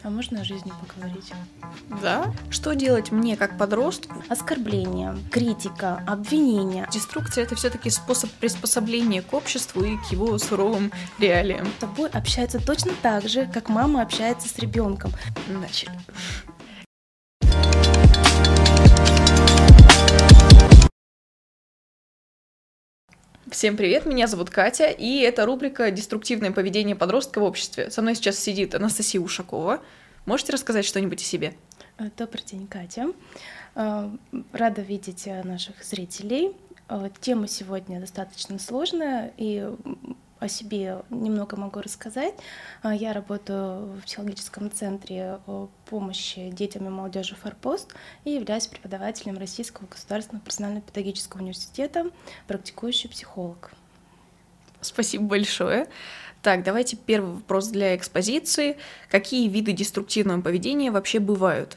А можно о жизни поговорить? Да? Что делать мне как подростку? Оскорбление, критика, обвинение. Деструкция — это все-таки способ приспособления к обществу и к его суровым реалиям. С тобой общаются точно так же, как мама общается с ребенком. Начали. Всем привет, меня зовут Катя, и это рубрика «Деструктивное поведение подростка в обществе». Со мной сейчас сидит Анастасия Ушакова. Можете рассказать что-нибудь о себе? Добрый день, Катя. Рада видеть наших зрителей. Тема сегодня достаточно сложная, и о себе немного могу рассказать. Я работаю в психологическом центре помощи детям и молодежи «Форпост» и являюсь преподавателем Российского государственного профессионально-педагогического университета, практикующий психолог. Спасибо большое. Так, давайте первый вопрос для экспозиции. Какие виды деструктивного поведения вообще бывают?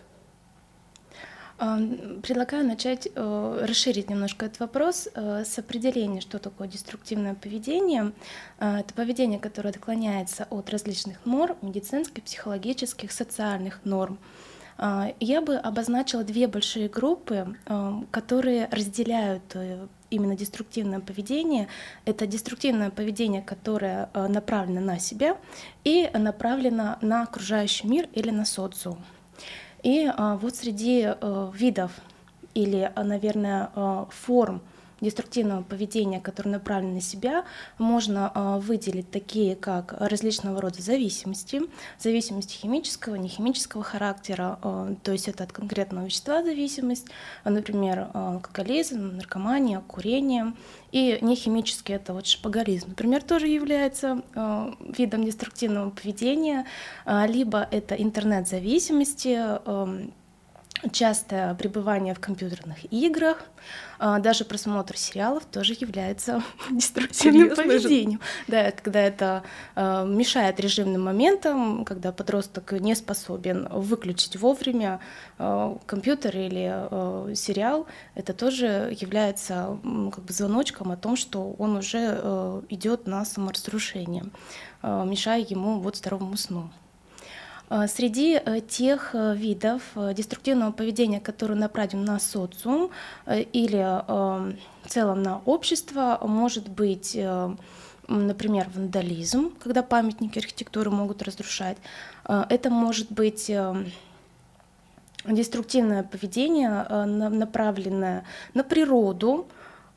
Предлагаю начать расширить немножко этот вопрос с определения, что такое деструктивное поведение. Это поведение, которое отклоняется от различных норм, медицинских, психологических, социальных норм. Я бы обозначила две большие группы, которые разделяют именно деструктивное поведение. Это деструктивное поведение, которое направлено на себя и направлено на окружающий мир или на социум. И вот среди видов или, наверное, форм деструктивного поведения, которые направлены на себя, можно выделить такие, как различного рода зависимости химического, нехимического характера, то есть это от конкретного вещества зависимость, например, алкоголизм, наркомания, курение, и нехимический — это вот шопоголизм, например, тоже является видом деструктивного поведения, либо это интернет-зависимости, частое пребывание в компьютерных играх, даже просмотр сериалов тоже является деструктивным поведением. Да, когда это мешает режимным моментам, когда подросток не способен выключить вовремя компьютер или сериал, это тоже является как бы звоночком о том, что он уже идет на саморазрушение, мешая ему вот здоровому сну. Среди тех видов деструктивного поведения, которые направлены на социум или в целом на общество, может быть, например, вандализм, когда памятники архитектуры могут разрушать. Это может быть деструктивное поведение, направленное на природу.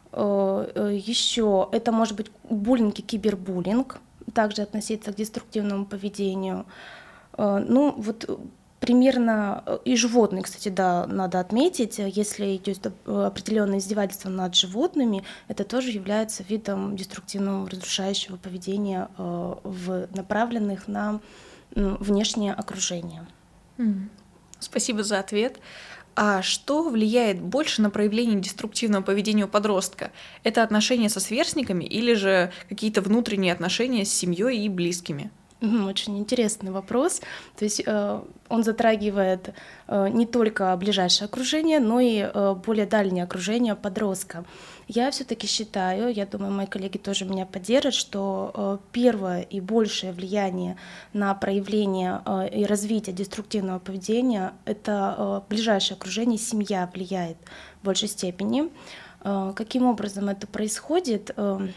Еще это может быть буллинг и кибербуллинг, также относиться к деструктивному поведению. Ну, вот примерно и животные, кстати, да, надо отметить, если идет определенное издевательство над животными, это тоже является видом деструктивного разрушающего поведения, направленных на внешнее окружение. Спасибо за ответ. А что влияет больше на проявление деструктивного поведения у подростка? Это отношения со сверстниками или же какие-то внутренние отношения с семьей и близкими? Очень интересный вопрос. То есть он затрагивает не только ближайшее окружение, но и более дальнее окружение подростка. Я все-таки считаю, я думаю, мои коллеги тоже меня поддержат, что первое и большее влияние на проявление и развитие деструктивного поведения — это ближайшее окружение, семья влияет в большей степени. Каким образом это происходит?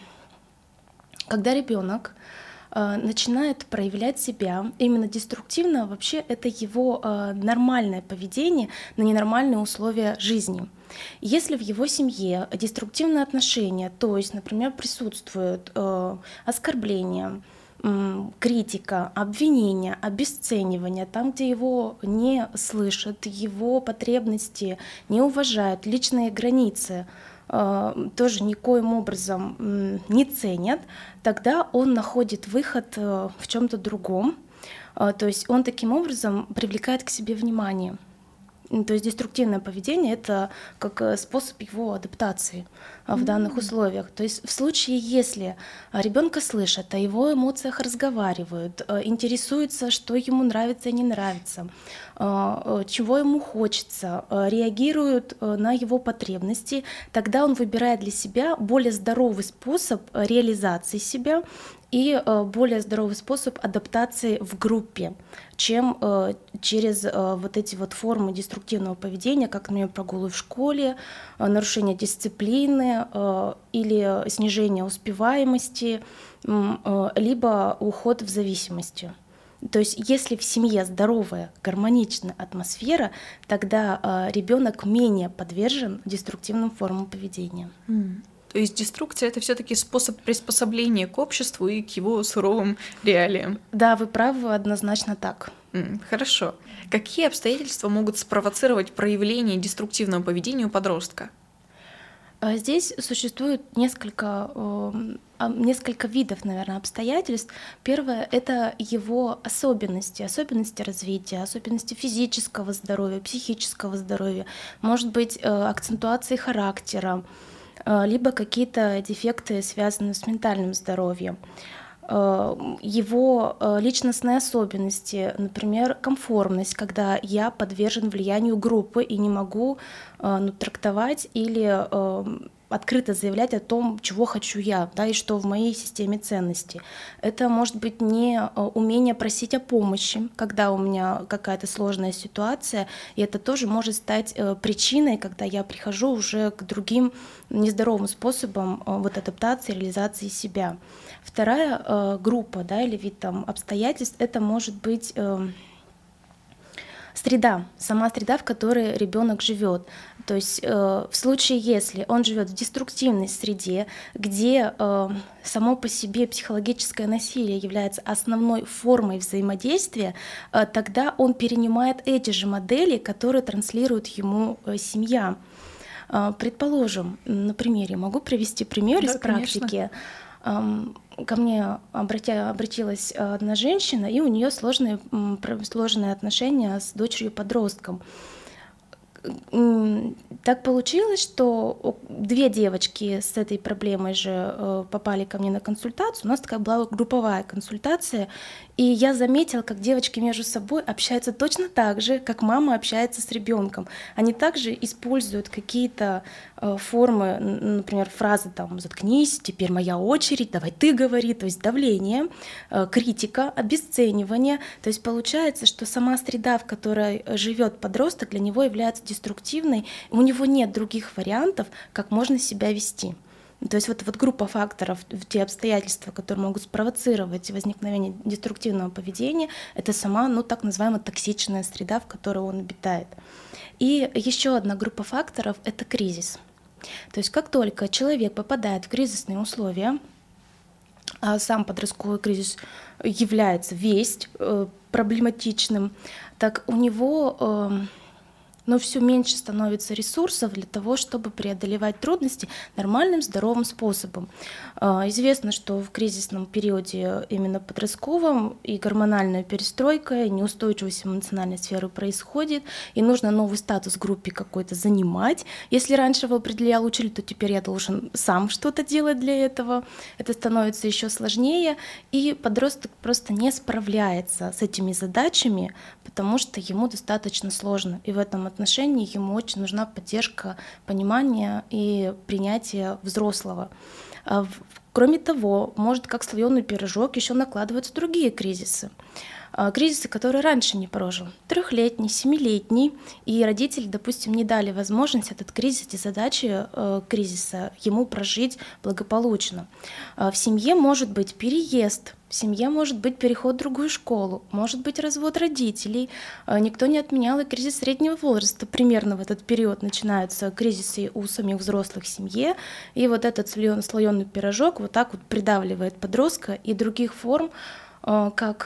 Когда ребенок начинает проявлять себя именно деструктивно, вообще это его нормальное поведение на ненормальные условия жизни. Если в его семье деструктивные отношения, то есть, например, присутствуют оскорбления, критика, обвинение, обесценивание, там, где его не слышат, его потребности не уважают, личные границы тоже никоим образом не ценят, тогда он находит выход в чем-то другом, то есть он таким образом привлекает к себе внимание. То есть деструктивное поведение — это как способ его адаптации в данных условиях. То есть в случае, если ребенка слышат, о его эмоциях разговаривают, интересуются, что ему нравится и не нравится, чего ему хочется, реагируют на его потребности, тогда он выбирает для себя более здоровый способ реализации себя, и более здоровый способ адаптации в группе, чем через вот эти вот формы деструктивного поведения, как, например, прогулы в школе, нарушение дисциплины или снижение успеваемости, либо уход в зависимости. То есть, если в семье здоровая, гармоничная атмосфера, тогда ребенок менее подвержен деструктивным формам поведения. То есть деструкция — это все-таки способ приспособления к обществу и к его суровым реалиям. Да, вы правы, однозначно так. Хорошо. Какие обстоятельства могут спровоцировать проявление деструктивного поведения у подростка? Здесь существует несколько видов, наверное, обстоятельств. Первое — это его особенности развития, особенности физического здоровья, психического здоровья, может быть, акцентуации характера, либо какие-то дефекты, связанные с ментальным здоровьем. Его личностные особенности, например, конформность, когда я подвержен влиянию группы и не могу трактовать или открыто заявлять о том, чего хочу я, да, и что в моей системе ценностей. Это может быть не умение просить о помощи, когда у меня какая-то сложная ситуация, и это тоже может стать причиной, когда я прихожу уже к другим нездоровым способам адаптации, реализации себя. Вторая группа, да, или вид обстоятельств — это может быть среда, сама среда, в которой ребенок живет. То есть в случае, если он живет в деструктивной среде, где само по себе психологическое насилие является основной формой взаимодействия, тогда он перенимает эти же модели, которые транслирует ему семья. Предположим, на примере, могу привести пример из практики. Ко мне обратилась одна женщина, и у нее сложные отношения с дочерью-подростком. Так получилось, что две девочки с этой проблемой же попали ко мне на консультацию. У нас такая была групповая консультация, и я заметила, как девочки между собой общаются точно так же, как мама общается с ребенком. Они также используют какие-то формы, например, фразы «заткнись», «теперь моя очередь», «давай ты говори», то есть давление, критика, обесценивание. То есть получается, что сама среда, в которой живет подросток, для него является деструктивной, у него нет других вариантов, как можно себя вести. То есть вот группа факторов, те обстоятельства, которые могут спровоцировать возникновение деструктивного поведения, это сама, так называемая токсичная среда, в которой он обитает. И еще одна группа факторов — это кризис. То есть как только человек попадает в кризисные условия, а сам подростковый кризис является весь проблематичным, так у него все меньше становится ресурсов для того, чтобы преодолевать трудности нормальным, здоровым способом. Известно, что в кризисном периоде именно подростковом и гормональная перестройка, и неустойчивость эмоциональной сферы происходит, и нужно новый статус в группе какой-то занимать. Если раньше его определял учитель, то теперь я должен сам что-то делать для этого. Это становится еще сложнее, и подросток просто не справляется с этими задачами, потому что ему достаточно сложно. И в этом отношении ему очень нужна поддержка, понимание и принятие взрослого. Кроме того, может, как слоеный пирожок, еще накладываются другие кризисы. Кризисы, которые раньше не прожил. 3-летний, 7-летний, и родители, допустим, не дали возможность этот кризис, эти задачи кризиса ему прожить благополучно. В семье может быть переезд, в семье может быть переход в другую школу, может быть развод родителей. Никто не отменял и кризис среднего возраста. Примерно в этот период начинаются кризисы у самих взрослых в семье, и вот этот слоеный пирожок вот так вот придавливает подростка, и других форм, как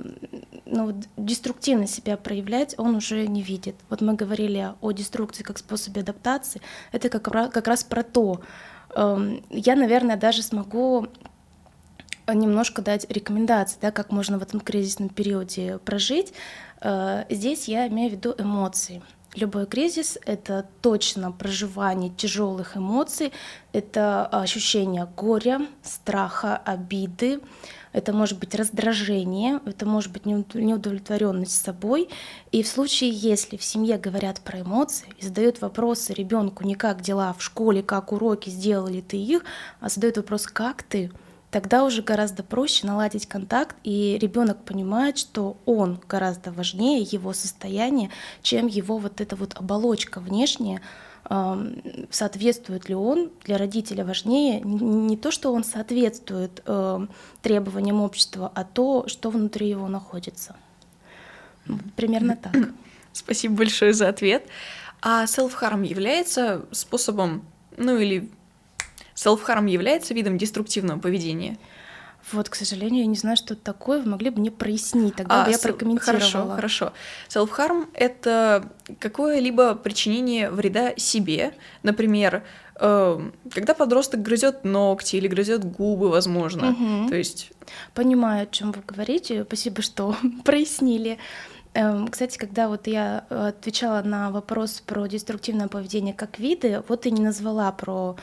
деструктивно себя проявлять, он уже не видит. Вот мы говорили о деструкции как способе адаптации. Это как раз про то. Я, наверное, даже смогу немножко дать рекомендации, да, как можно в этом кризисном периоде прожить. Здесь я имею в виду эмоции. Любой кризис — это точно проживание тяжелых эмоций, это ощущение горя, страха, обиды, это может быть раздражение, это может быть неудовлетворенность собой. И в случае, если в семье говорят про эмоции и задают вопросы ребенку не как дела в школе, как уроки, сделал ли ты их, а задают вопрос «как ты?», тогда уже гораздо проще наладить контакт, и ребенок понимает, что он гораздо важнее, его состояние, чем его вот эта вот оболочка внешняя. Соответствует ли он, для родителя важнее не то, что он соответствует требованиям общества, а то, что внутри его находится. Примерно так. Спасибо большое за ответ. А self-harm является способом, или self-harm является видом деструктивного поведения? Вот, к сожалению, я не знаю, что это такое. Вы могли бы мне прояснить, тогда бы я прокомментировала. Хорошо. Self-harm — это какое-либо причинение вреда себе. Например, когда подросток грызет ногти или грызет губы, возможно. То есть... Понимаю, о чем вы говорите. Спасибо, что прояснили. Кстати, когда вот я отвечала на вопрос про деструктивное поведение как виды, вот и не назвала про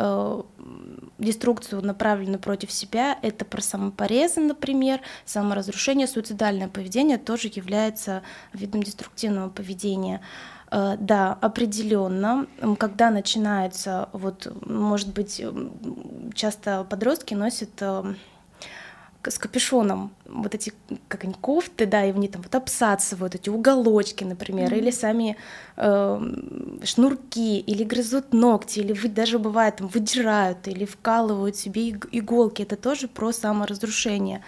деструкцию, направленную против себя. Это про самопорезы, например, саморазрушение, суицидальное поведение тоже является видом деструктивного поведения. Да, определенно, когда начинается, вот, может быть, часто подростки носят с капюшоном вот эти, как они, кофты, да, и в них там вот обсасывают эти уголочки, например, или сами шнурки, или грызут ногти, или даже бывает там выдирают, или вкалывают себе иголки. Это тоже про саморазрушение.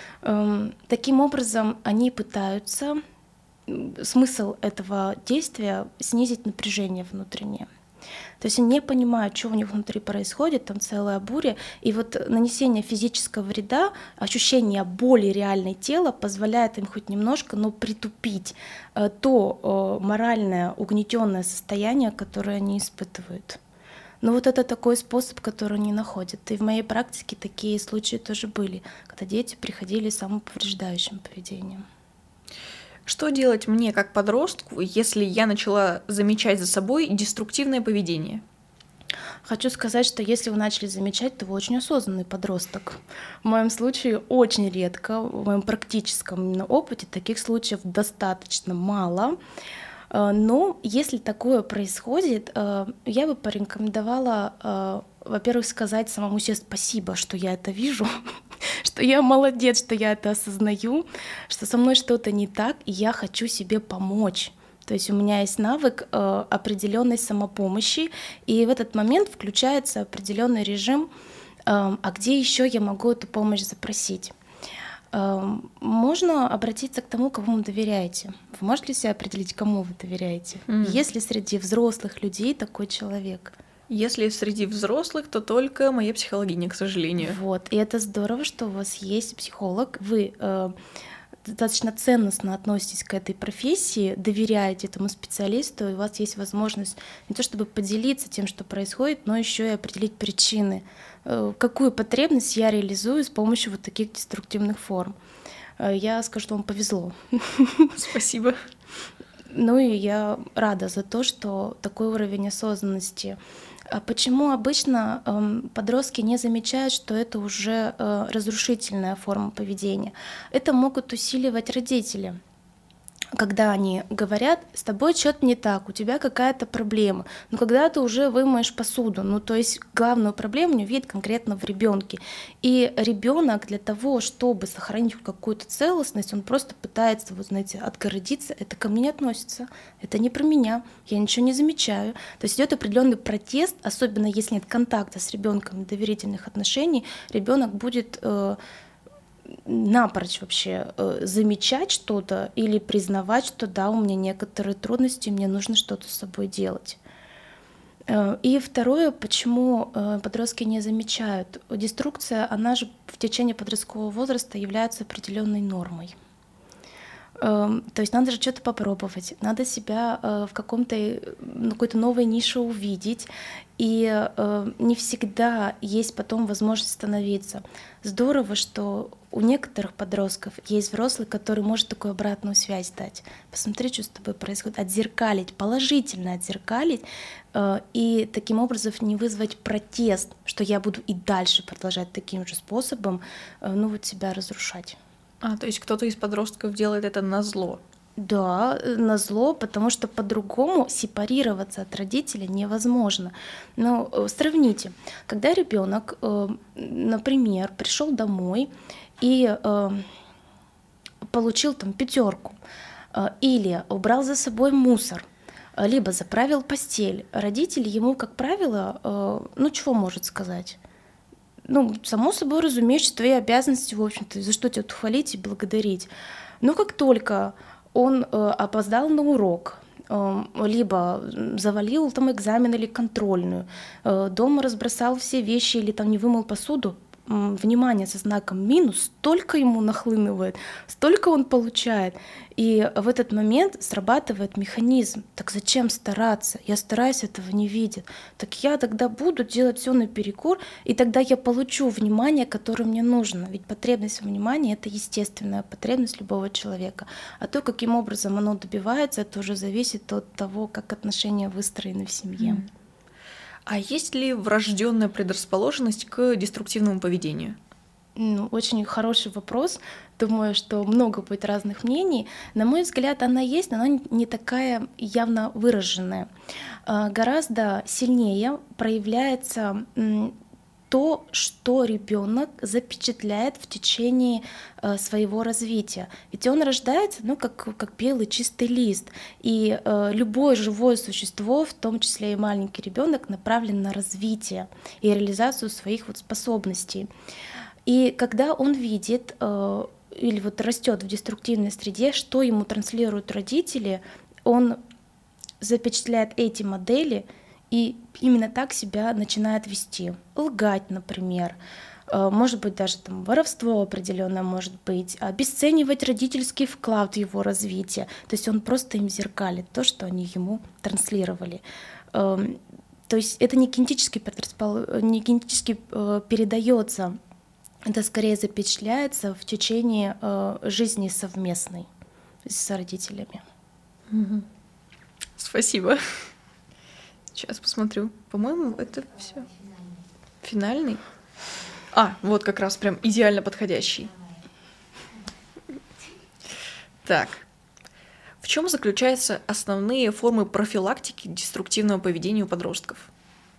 Таким образом, они пытаются, смысл этого действия — снизить напряжение внутреннее. То есть они не понимают, что у них внутри происходит, там целая буря. И вот нанесение физического вреда, ощущение боли реальной тела позволяет им хоть немножко, но притупить то моральное угнетенное состояние, которое они испытывают. Но вот это такой способ, который они находят. И в моей практике такие случаи тоже были, когда дети приходили с самоповреждающим поведением. Что делать мне как подростку, если я начала замечать за собой деструктивное поведение? Хочу сказать, что если вы начали замечать, то вы очень осознанный подросток. В моем случае очень редко, в моем практическом именно опыте таких случаев достаточно мало. Но если такое происходит, я бы порекомендовала, во-первых, сказать самому себе спасибо, что я это вижу, что я молодец, что я это осознаю, что со мной что-то не так, и я хочу себе помочь. То есть у меня есть навык определенной самопомощи, и в этот момент включается определенный режим, а где еще я могу эту помощь запросить. Можно обратиться к тому, кому вы доверяете. Вы можете себе определить, кому вы доверяете? Есть ли среди взрослых людей такой человек? Если среди взрослых, то только моя психологиня, к сожалению. Вот, и это здорово, что у вас есть психолог. Вы достаточно ценностно относитесь к этой профессии, доверяете этому специалисту, и у вас есть возможность не то чтобы поделиться тем, что происходит, но еще и определить причины, какую потребность я реализую с помощью вот таких деструктивных форм. Я скажу, что вам повезло. Спасибо. Ну и я рада за то, что такой уровень осознанности. А почему обычно подростки не замечают, что это уже разрушительная форма поведения? Это могут усиливать родители. Когда они говорят: с тобой что-то не так, у тебя какая-то проблема. Но когда ты уже вымоешь посуду, то есть главную проблему не видит конкретно в ребенке. И ребенок для того, чтобы сохранить какую-то целостность, он просто пытается, отгородиться. Это ко мне не относится, это не про меня, я ничего не замечаю. То есть идет определенный протест, особенно если нет контакта с ребенком, доверительных отношений, ребенок будет напрочь вообще замечать что-то или признавать, что да, у меня некоторые трудности, мне нужно что-то с собой делать. И второе, почему подростки не замечают. Деструкция, она же в течение подросткового возраста является определенной нормой. То есть надо же что-то попробовать, надо себя в какой-то новой нише увидеть, и не всегда есть потом возможность становиться. Здорово, что у некоторых подростков есть взрослый, который может такую обратную связь дать. Посмотри, что с тобой происходит, отзеркалить, положительно отзеркалить, и таким образом не вызвать протест, что я буду и дальше продолжать таким же способом себя разрушать. То есть кто-то из подростков делает это назло? Да, назло, потому что по-другому сепарироваться от родителя невозможно. Но сравните, когда ребенок, например, пришел домой и получил там пятерку, или убрал за собой мусор, либо заправил постель, родитель ему, как правило, ну чего может сказать? Ну, само собой разумеется, твои обязанности, в общем-то, за что тебя тут хвалить и благодарить. Но как только он опоздал на урок, либо завалил там экзамен или контрольную, дома разбросал все вещи или там не вымыл посуду, внимание со знаком минус, столько ему нахлынывает, столько он получает. И в этот момент срабатывает механизм. Так зачем стараться? Я стараюсь, этого не видят. Так я тогда буду делать все наперекор, и тогда я получу внимание, которое мне нужно. Ведь потребность в внимании — это естественная потребность любого человека. А то, каким образом оно добивается, это уже зависит от того, как отношения выстроены в семье. А есть ли врожденная предрасположенность к деструктивному поведению? Ну, очень хороший вопрос. Думаю, что много будет разных мнений. На мой взгляд, она есть, но она не такая явно выраженная. Гораздо сильнее проявляется то, что ребенок запечатляет в течение своего развития. Ведь он рождается, ну, как белый чистый лист. И любое живое существо, в том числе и маленький ребенок, направлен на развитие и реализацию своих вот способностей. И когда он видит или вот растет в деструктивной среде, что ему транслируют родители, он запечатляет эти модели и именно так себя начинает вести. Лгать, например, может быть, даже там воровство определенное может быть, обесценивать родительский вклад в его развитие. То есть он просто им зеркалит то, что они ему транслировали. То есть это не генетически передается, это скорее запечатляется в течение жизни совместной с родителями. Спасибо. Сейчас посмотрю. По-моему, это все. Финальный? Вот как раз прям идеально подходящий. Так. В чем заключаются основные формы профилактики деструктивного поведения у подростков?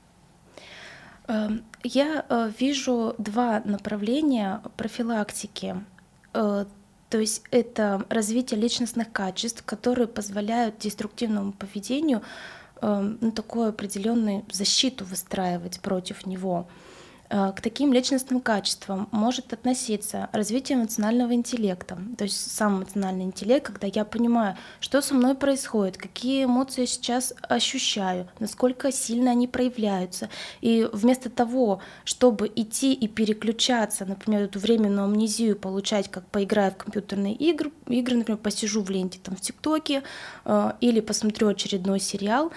Я вижу два направления профилактики. То есть это развитие личностных качеств, которые позволяют деструктивному поведению такую определенную защиту выстраивать против него. К таким личностным качествам может относиться развитие эмоционального интеллекта, то есть сам эмоциональный интеллект, когда я понимаю, что со мной происходит, какие эмоции я сейчас ощущаю, насколько сильно они проявляются. И вместо того, чтобы идти и переключаться, например, эту временную амнезию получать, как поиграя в компьютерные игры, например, посижу в ленте там, в ТикТоке или посмотрю очередной сериал,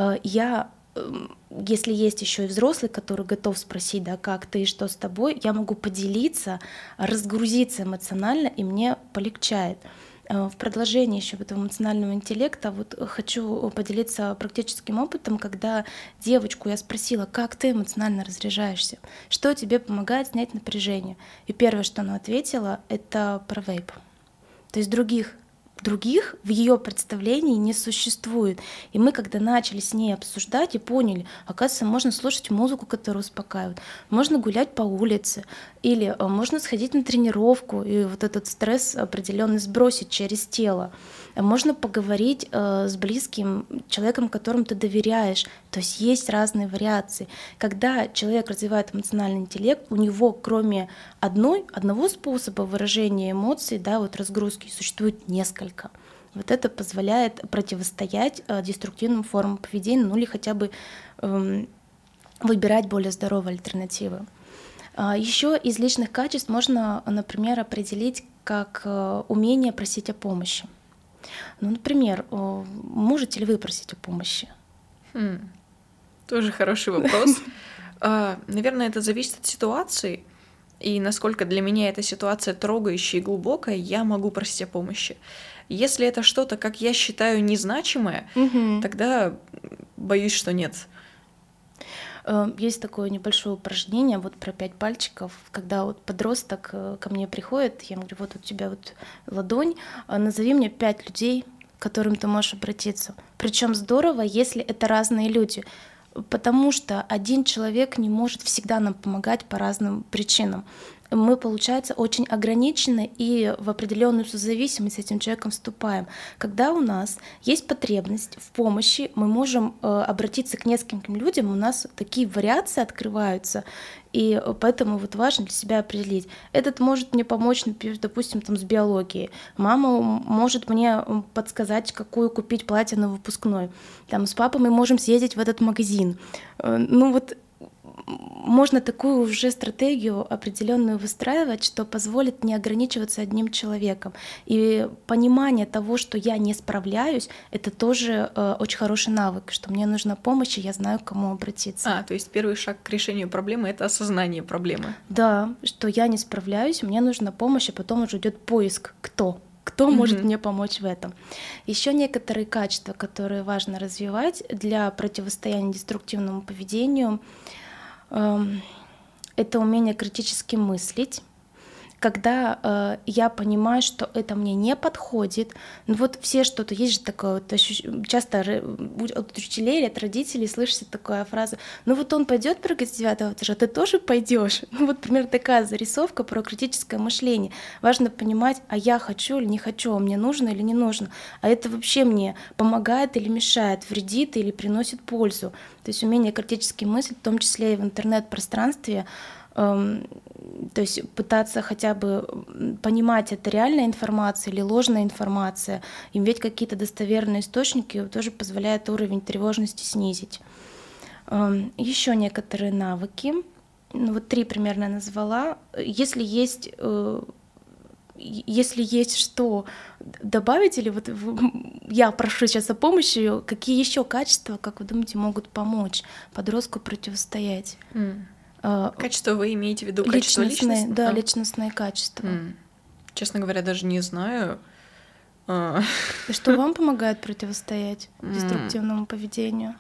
если есть еще и взрослый, который готов спросить, да, как ты, что с тобой, я могу поделиться, разгрузиться эмоционально, и мне полегчает. В продолжение еще этого эмоционального интеллекта вот хочу поделиться практическим опытом, когда девочку я спросила, как ты эмоционально разряжаешься, что тебе помогает снять напряжение. И первое, что она ответила, это про вейп. То есть других в ее представлении не существует. И мы, когда начали с ней обсуждать и поняли, оказывается, можно слушать музыку, которая успокаивает, можно гулять по улице, или можно сходить на тренировку и вот этот стресс определенный сбросить через тело. Можно поговорить с близким человеком, которому ты доверяешь. То есть разные вариации. Когда человек развивает эмоциональный интеллект, у него кроме одного способа выражения эмоций, да, вот разгрузки, существует несколько. Вот это позволяет противостоять деструктивным формам поведения, ну или хотя бы выбирать более здоровые альтернативы. Еще из личных качеств можно, например, определить как умение просить о помощи. Ну, например, можете ли вы просить о помощи? Тоже хороший вопрос. Наверное, это зависит от ситуации. И насколько для меня эта ситуация трогающая и глубокая, я могу просить о помощи. Если это что-то, как я считаю, незначимое, тогда боюсь, что нет. Есть такое небольшое упражнение вот про 5 пальчиков, когда вот подросток ко мне приходит, я ему говорю, вот у тебя вот ладонь, назови мне 5 людей, к которым ты можешь обратиться. Причем здорово, если это разные люди, потому что один человек не может всегда нам помогать по разным причинам. Мы, получается, очень ограничены и в определенную созависимость с этим человеком вступаем. Когда у нас есть потребность в помощи, мы можем обратиться к нескольким людям, у нас такие вариации открываются, и поэтому вот важно для себя определить. Этот может мне помочь, например, допустим, там, с биологией. Мама может мне подсказать, какую купить платье на выпускной. Там, с папой мы можем съездить в этот магазин. Ну вот можно такую уже стратегию определенную выстраивать, что позволит не ограничиваться одним человеком. И понимание того, что я не справляюсь, это тоже очень хороший навык, что мне нужна помощь, и я знаю, к кому обратиться. То есть первый шаг к решению проблемы — это осознание проблемы. Да, что я не справляюсь, мне нужна помощь, а потом уже идет поиск, кто может мне помочь в этом. Еще некоторые качества, которые важно развивать для противостояния деструктивному поведению, это умение критически мыслить, когда я понимаю, что это мне не подходит. Ну вот все что-то, есть же такое, вот часто от учителей, от родителей слышите такая фраза: ну вот он пойдет прыгать с 9-го этажа, ты тоже пойдешь. Ну вот примерно такая зарисовка про критическое мышление. Важно понимать, а я хочу или не хочу, а мне нужно или не нужно, а это вообще мне помогает или мешает, вредит или приносит пользу. То есть умение критически мыслить, в том числе и в интернет-пространстве, то есть пытаться хотя бы понимать, это реальная информация или ложная информация, иметь какие-то достоверные источники тоже позволяет уровень тревожности снизить. Еще некоторые навыки, ну вот 3 примерно назвала. Если есть что добавить, или вот я прошу сейчас о помощи, какие еще качества, как вы думаете, могут помочь подростку противостоять? Качество вы имеете в виду? Качество личностное? Да, личностные качества. Честно говоря, даже не знаю. Что вам помогает противостоять деструктивному поведению?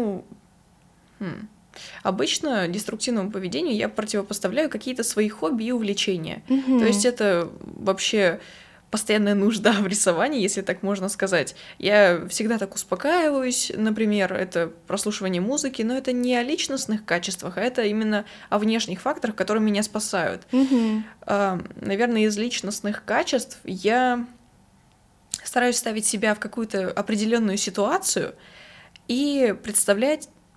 Обычно деструктивному поведению я противопоставляю какие-то свои хобби и увлечения. То есть это вообще постоянная нужда в рисовании, если так можно сказать. Я всегда так успокаиваюсь, например, это прослушивание музыки, но это не о личностных качествах, а это именно о внешних факторах, которые меня спасают. Наверное, из личностных качеств я стараюсь ставить себя в какую-то определенную ситуацию и представляю,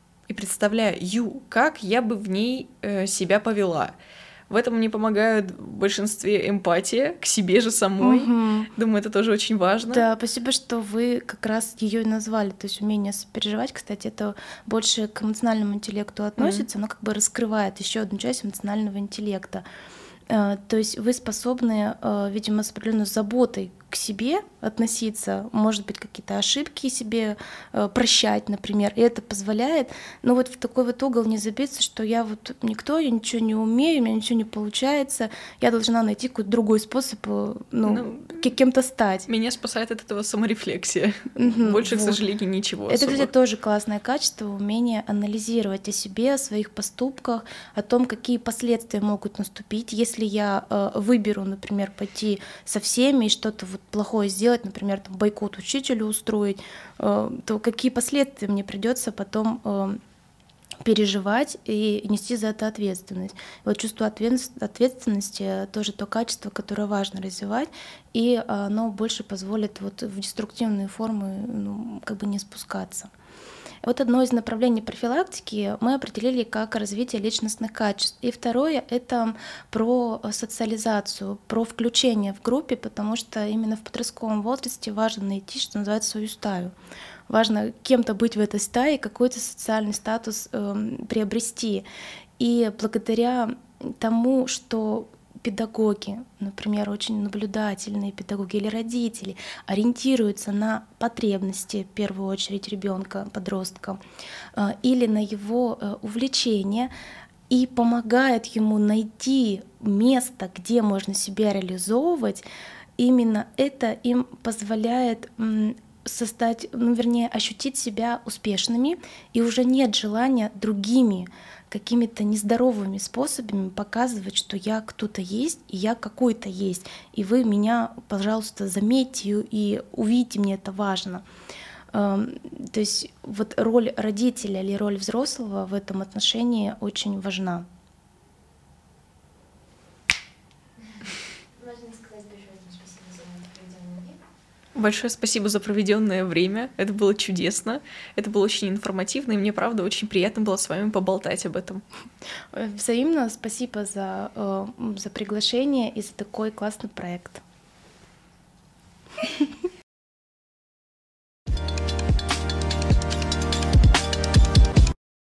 как я бы в ней себя повела. В этом мне помогают в большинстве эмпатия к себе же самой. Думаю, это тоже очень важно. Да, спасибо, что вы как раз ее и назвали. То есть умение сопереживать, кстати, это больше к эмоциональному интеллекту относится, но как бы раскрывает еще одну часть эмоционального интеллекта. То есть вы способны, видимо, с определенной заботой к себе относиться, может быть, какие-то ошибки себе прощать, например, и это позволяет, но вот в такой вот угол не забиться, что я вот никто, я ничего не умею, у меня ничего не получается, я должна найти какой-то другой способ, кем-то стать. Меня спасает от этого саморефлексия. Больше, к сожалению, ничего Это, особо. кстати, тоже классное качество, умение анализировать о себе, о своих поступках, о том, какие последствия могут наступить, если я выберу, например, пойти со всеми и что-то вот плохое сделать, например, там, бойкот учителю устроить, то какие последствия мне придется потом переживать и нести за это ответственность. Вот чувство ответственности тоже то качество, которое важно развивать, и оно больше позволит вот в деструктивные формы как бы не спускаться. Вот одно из направлений профилактики мы определили как развитие личностных качеств. И второе — это про социализацию, про включение в группе, потому что именно в подростковом возрасте важно найти, что называется, свою стаю. Важно кем-то быть в этой стае, какой-то социальный статус приобрести. И благодаря тому, что педагоги, например, очень наблюдательные педагоги или родители, ориентируются на потребности, в первую очередь, ребенка, подростка, или на его увлечения, и помогают ему найти место, где можно себя реализовывать, именно это им позволяет создать, ну, вернее, ощутить себя успешными, и уже нет желания другими какими-то нездоровыми способами показывать, что я кто-то есть, и я какой-то есть, и вы меня, пожалуйста, заметьте и увидите, мне это важно. То есть вот роль родителя или роль взрослого в этом отношении очень важна. Большое спасибо за проведенное время. Это было чудесно. Это было очень информативно, и мне, правда, очень приятно было с вами поболтать об этом. Взаимно спасибо за приглашение и за такой классный проект.